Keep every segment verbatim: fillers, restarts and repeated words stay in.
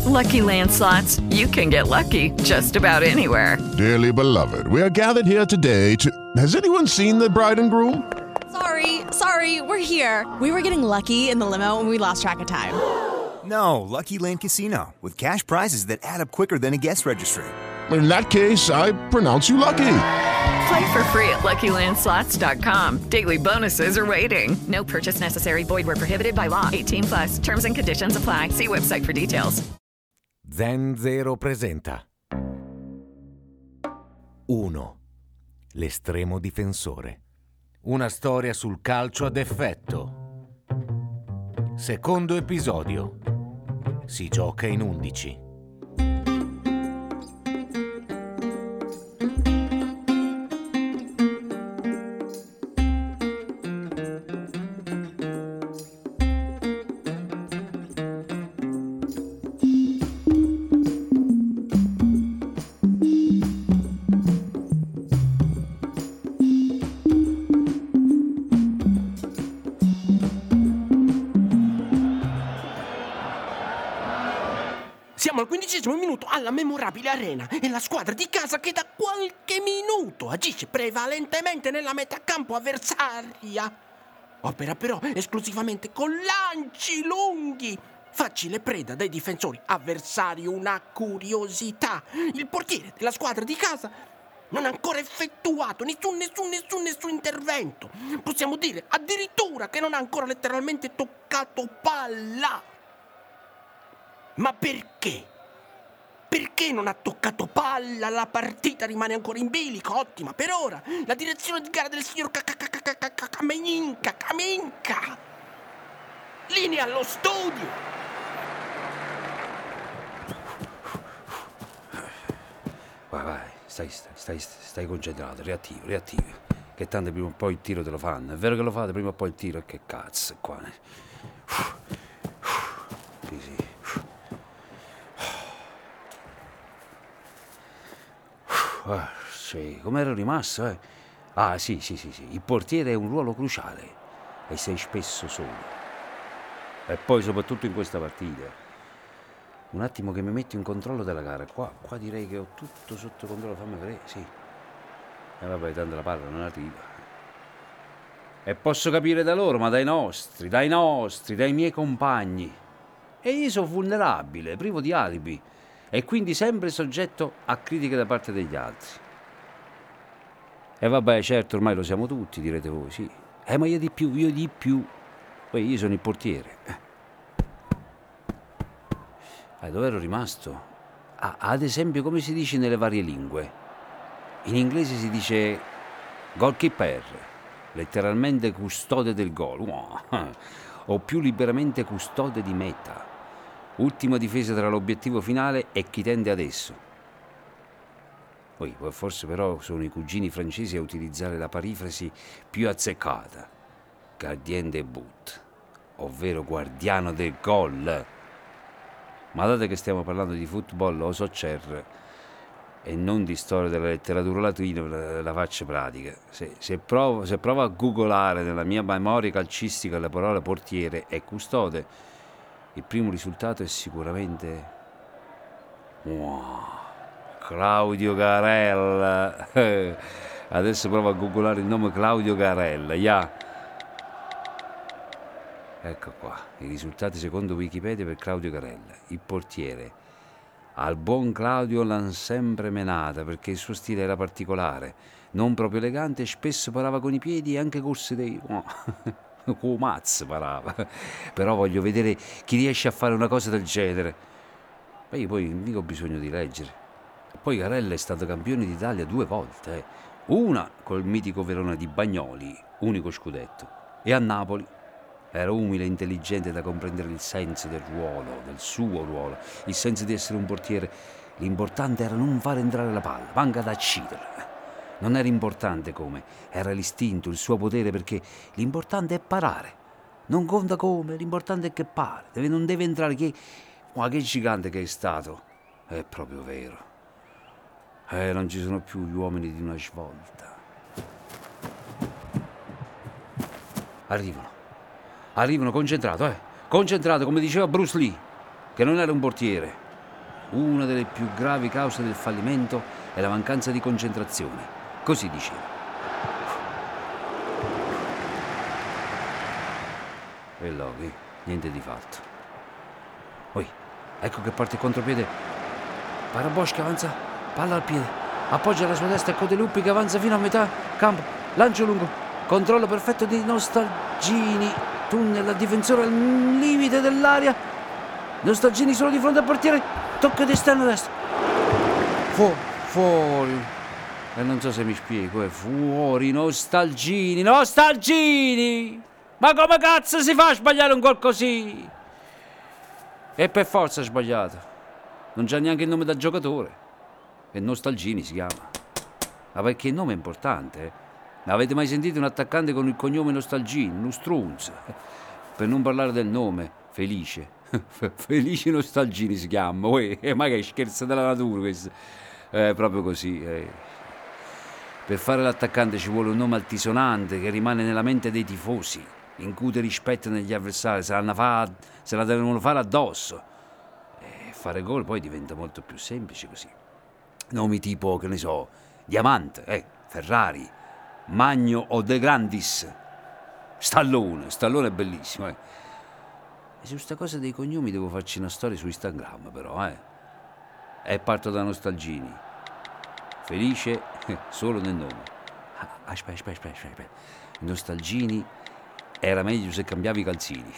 Lucky Land Slots, you can get lucky just about anywhere. Dearly beloved, we are gathered here today to... Has anyone seen the bride and groom? Sorry, sorry, we're here. We were getting lucky in the limo and we lost track of time. No, Lucky Land Casino, with cash prizes that add up quicker than a guest registry. In that case, I pronounce you lucky. Play for free at Lucky Land Slots dot com. Daily bonuses are waiting. No purchase necessary. Void where prohibited by law. eighteen plus. Terms and conditions apply. See website for details. Zen Zero presenta uno. L'estremo difensore. Una storia sul calcio ad effetto. Secondo episodio. Si gioca in undici. Siamo al quindicesimo minuto alla memorabile arena e la squadra di casa che da qualche minuto agisce prevalentemente nella metà campo avversaria. Opera però esclusivamente con lanci lunghi, facile preda dai difensori avversari. Una curiosità: il portiere della squadra di casa non ha ancora effettuato nessun, nessun, nessun, nessun intervento. Possiamo dire addirittura che non ha ancora letteralmente toccato palla. Ma perché? Perché non ha toccato palla? La partita rimane ancora in bilico. Ottima per ora la direzione di gara del signor Kameninka. Kameninka. Linea allo studio. Vai, vai, stai, stai, stai, stai concentrato, riattivo, riattivo. Che tanto prima o poi il tiro te lo fanno. È vero che lo fate prima o poi il tiro, e che cazzo è qua. Sì, sì. Ah, sì, come ero rimasto, eh? Ah, sì, sì, sì, sì. Il portiere è un ruolo cruciale e sei spesso solo. E poi soprattutto in questa partita. Un attimo che mi metto in controllo della gara. Qua, qua direi che ho tutto sotto controllo, fammi vedere, sì. E vabbè, tanto la palla non arriva. E posso capire da loro, ma dai nostri, dai nostri, dai miei compagni. E io sono vulnerabile, privo di alibi. E quindi sempre soggetto a critiche da parte degli altri. E vabbè, certo, ormai lo siamo tutti, direte voi, sì. Eh, ma io di più, io di più. Poi io sono il portiere. Eh, dove ero rimasto? Ah, ad esempio, come si dice nelle varie lingue? In inglese si dice goalkeeper, letteralmente custode del gol, wow. O più liberamente custode di meta. Ultima difesa tra l'obiettivo finale e chi tende ad esso. Poi, forse però sono i cugini francesi a utilizzare la parifrasi più azzeccata. Gardien de but, ovvero guardiano del gol. Ma date che stiamo parlando di football o soccer e non di storia della letteratura latina, la, la faccia pratica. Se, se, provo, se provo a googolare nella mia memoria calcistica le parole portiere e custode, il primo risultato è sicuramente wow, Claudio Garella. Adesso provo a googolare il nome Claudio Garella. Yeah. Ecco qua, i risultati secondo Wikipedia per Claudio Garella. Il portiere. Al buon Claudio l'han sempre menata perché il suo stile era particolare, non proprio elegante e spesso parava con i piedi e anche corse dei... Oh. Con mazzo parava. Però voglio vedere chi riesce a fare una cosa del genere. Ma io poi mica ho bisogno di leggere. E poi Garella è stato campione d'Italia due volte, eh. Una col mitico Verona di Bagnoli, unico scudetto, e a Napoli. Era umile e intelligente da comprendere il senso del ruolo, del suo ruolo, il senso di essere un portiere. L'importante era non far entrare la palla, manca da ucciderla. Non era importante come, era l'istinto, il suo potere, perché l'importante è parare. Non conta come, l'importante è che pare. Deve, non deve entrare chi... Ma che gigante che è stato. È proprio vero. Eh, non ci sono più gli uomini di una svolta. Arrivano. Arrivano concentrato, eh. Concentrato, come diceva Bruce Lee, che non era un portiere. Una delle più gravi cause del fallimento è la mancanza di concentrazione. Così diceva. E Loki, niente di fatto. Poi, ecco che parte il contropiede. Parabosch che avanza, palla al piede, appoggia la sua testa a Codeluppi che avanza fino a metà campo, lancio lungo, controllo perfetto di Nostalgini, tunnel al difensore al limite dell'area, Nostalgini solo di fronte al portiere, tocca d'esterno destro, Fu- fuori, e non so se mi spiego, è fuori, Nostalgini, Nostalgini, ma come cazzo si fa a sbagliare un gol così? E per forza ha sbagliato. Non c'ha neanche il nome da giocatore. E Nostalgini si chiama. Ma perché il nome è importante, eh? Avete mai sentito un attaccante con il cognome Nostalgini? Uno strunz. Per non parlare del nome, Felice. Felice Nostalgini si chiama. Uè, eh, ma che scherzo della natura questo. È proprio così. Eh. Per fare l'attaccante ci vuole un nome altisonante che rimane nella mente dei tifosi, incute rispetto negli avversari, se la, fa, se la devono fare addosso. Fare gol poi diventa molto più semplice così. Nomi tipo, che ne so, Diamante, eh, Ferrari, Magno o De Grandis, Stallone, Stallone è bellissimo, eh. E su sta cosa dei cognomi devo farci una storia su Instagram però, eh. E parto da Nostalgini. Felice eh, solo nel nome. Ah, aspetta, aspetta, aspetta, aspetta. Nostalgini era meglio se cambiavi i calzini.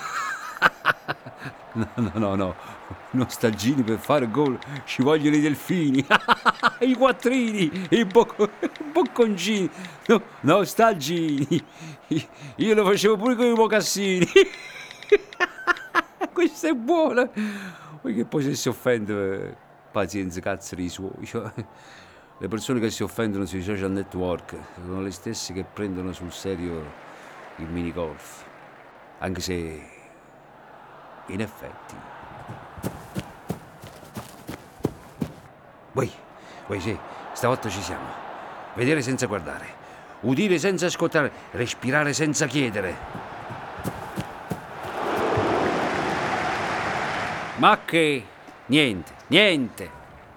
No, no, no, no. Nostalgini per fare gol ci vogliono i delfini, i quattrini, i, bocco, i bocconcini. No, Nostalgini. Io lo facevo pure con i mocassini. Questa è buona. Poi che poi se si offende, pazienza, cazzeri i suoi. Le persone che si offendono sui social network sono le stesse che prendono sul serio il minigolf. Anche se in effetti. Voi, voi sì, stavolta ci siamo. Vedere senza guardare, udire senza ascoltare, respirare senza chiedere. Ma che? Niente, niente.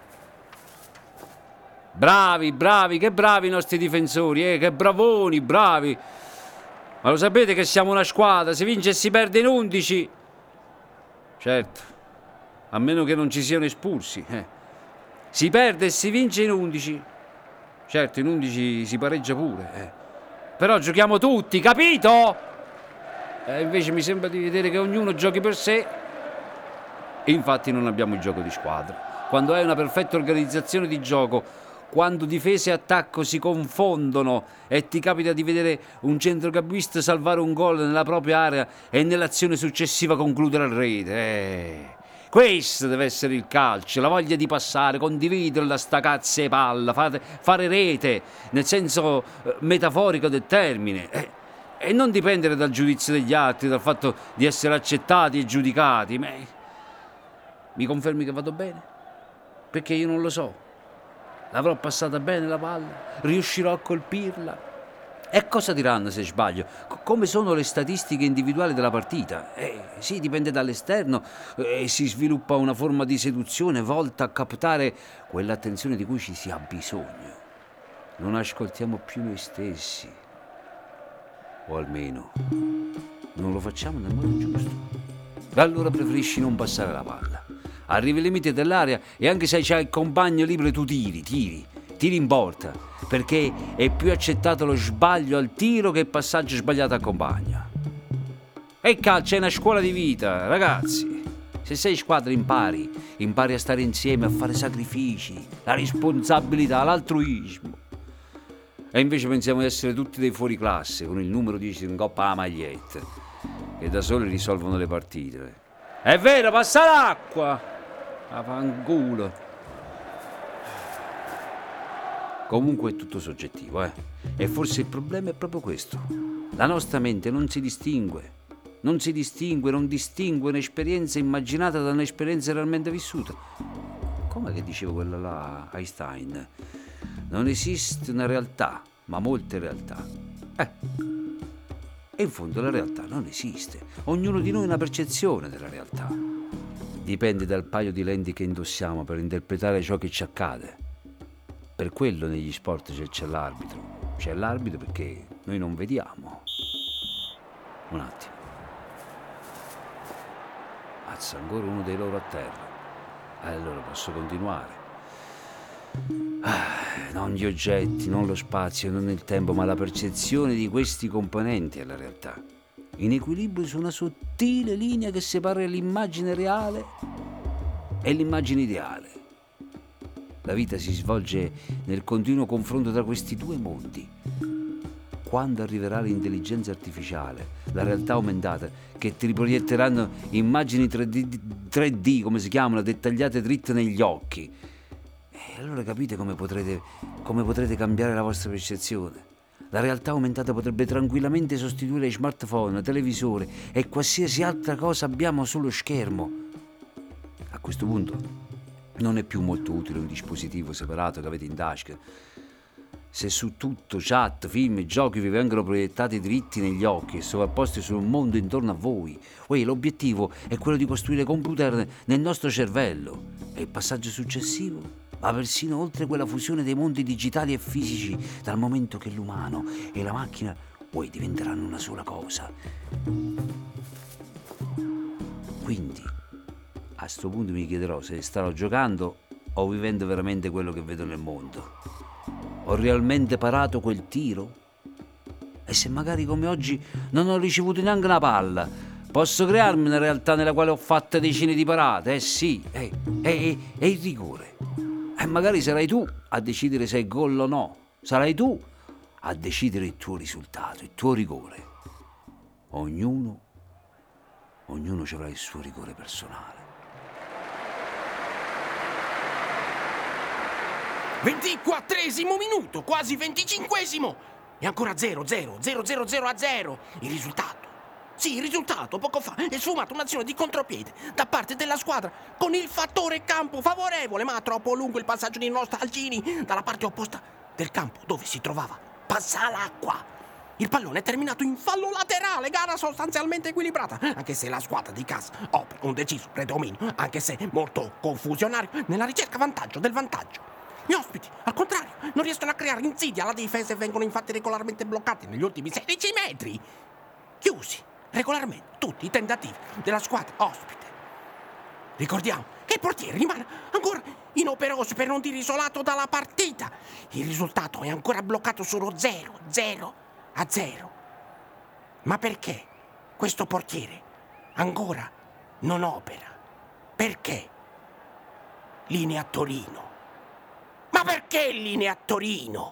Bravi, bravi, che bravi i nostri difensori, eh, che bravoni, bravi. Ma lo sapete che siamo una squadra, si vince e si perde in undici. Certo, a meno che non ci siano espulsi. Eh. Si perde e si vince in undici. Certo, in undici si pareggia pure. Eh. Però giochiamo tutti, capito? E invece mi sembra di vedere che ognuno giochi per sé. Infatti non abbiamo il gioco di squadra. Quando hai una perfetta organizzazione di gioco, quando difesa e attacco si confondono e ti capita di vedere un centrocampista salvare un gol nella propria area e nell'azione successiva concludere a rete. Eh, questo deve essere il calcio, la voglia di passare, condividerla sta cazzo e palla, fare, fare rete, nel senso eh, metaforico del termine. Eh, e non dipendere dal giudizio degli altri, dal fatto di essere accettati e giudicati. Ma, mi confermi che vado bene? Perché io non lo so. L'avrò passata bene la palla? Riuscirò a colpirla? E cosa diranno se sbaglio? C- come sono le statistiche individuali della partita? Eh, sì, dipende dall'esterno e eh, si sviluppa una forma di seduzione volta a captare quell'attenzione di cui ci si ha bisogno. Non ascoltiamo più noi stessi. O almeno non lo facciamo nel modo giusto. Allora preferisci non passare la palla. Arrivi al limite dell'area e anche se c'hai il compagno libero tu tiri, tiri, tiri in porta, perché è più accettato lo sbaglio al tiro che il passaggio sbagliato al compagno. E il calcio è una scuola di vita, ragazzi. Se sei squadra impari, impari a stare insieme, a fare sacrifici, la responsabilità, l'altruismo. E invece pensiamo di essere tutti dei fuoriclasse, con il numero dieci in coppa alla maglietta, che da soli risolvono le partite. È vero, passa l'acqua! A fanculo. Comunque è tutto soggettivo, eh? E forse il problema è proprio questo. La nostra mente non si distingue. Non si distingue, non distingue un'esperienza immaginata da un'esperienza realmente vissuta. Come che diceva quella là, Einstein? Non esiste una realtà, ma molte realtà. Eh. E in fondo la realtà non esiste. Ognuno di noi ha una percezione della realtà. dipende dal paio di lenti che indossiamo per interpretare ciò che ci accade. Per quello negli sport c'è, c'è l'arbitro. C'è l'arbitro perché noi non vediamo. Un attimo. Azza, ancora uno dei loro a terra. Allora posso continuare. Ah, non gli oggetti, non lo spazio, non il tempo, ma la percezione di questi componenti è la realtà. In equilibrio su una sottile linea che separa l'immagine reale e l'immagine ideale. La vita si svolge nel continuo confronto tra questi due mondi. Quando arriverà l'intelligenza artificiale, la realtà aumentata, che ti riproietteranno immagini tre D, tre D, come si chiamano, dettagliate dritte negli occhi, e allora capite come potrete, come potrete cambiare la vostra percezione. La realtà aumentata potrebbe tranquillamente sostituire smartphone, televisore e qualsiasi altra cosa abbiamo sullo schermo. A questo punto non è più molto utile un dispositivo separato che avete in tasca. Se su tutto, chat, film e giochi vi vengono proiettati dritti negli occhi e sovrapposti sul mondo intorno a voi, uè, l'obiettivo è quello di costruire computer nel nostro cervello. E il passaggio successivo va persino oltre quella fusione dei mondi digitali e fisici, dal momento che l'umano e la macchina, uè, diventeranno una sola cosa. Quindi, a sto punto mi chiederò se starò giocando o vivendo veramente quello che vedo nel mondo. Ho realmente parato quel tiro? E se magari come oggi non ho ricevuto neanche una palla, posso crearmi una realtà nella quale ho fatto decine di parate? Eh sì, e eh, eh, eh, il rigore. E magari sarai tu a decidere se è gol o no. Sarai tu a decidere il tuo risultato, il tuo rigore. Ognuno, ognuno ci avrà il suo rigore personale. ventiquattresimo minuto, quasi venticinquesimo. E ancora zero, zero, zero, zero, zero a zero. Il risultato. Sì, il risultato. Poco fa è sfumata un'azione di contropiede da parte della squadra con il fattore campo favorevole, ma troppo lungo il passaggio di Nostalgini dalla parte opposta del campo dove si trovava. Passa l'acqua. Il pallone è terminato in fallo laterale, gara sostanzialmente equilibrata, anche se la squadra di casa opera un deciso predominio, anche se molto confusionario, nella ricerca vantaggio del vantaggio. Gli ospiti, al contrario, non riescono a creare insidia alla difesa e vengono infatti regolarmente bloccati negli ultimi sedici metri. Chiusi regolarmente tutti i tentativi della squadra ospite. Ricordiamo che il portiere rimane ancora inoperoso, per non dire isolato dalla partita. Il risultato è ancora bloccato solo zero, zero a zero. Ma perché questo portiere ancora non opera? Perché? Linea Torino. Ma perché linea Torino?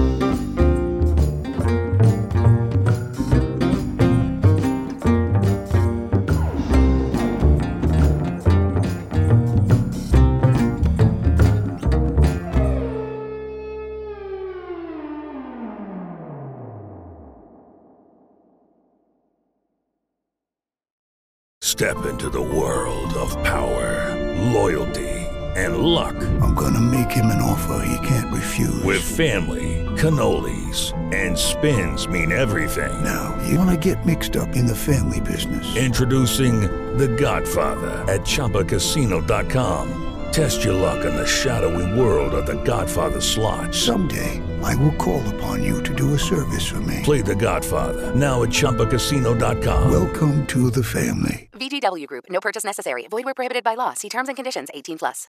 Step into the world of power, loyalty, and luck. I'm gonna make him an offer he can't refuse. With family, cannolis, and spins mean everything. Now, you wanna get mixed up in the family business. Introducing The Godfather at Chumba Casino dot com. Test your luck in the shadowy world of The Godfather slot. Someday, I will call upon you to do a service for me. Play The Godfather, now at Chumba Casino dot com. Welcome to the family. V G W Group. No purchase necessary. Void where prohibited by law. See terms and conditions. eighteen plus.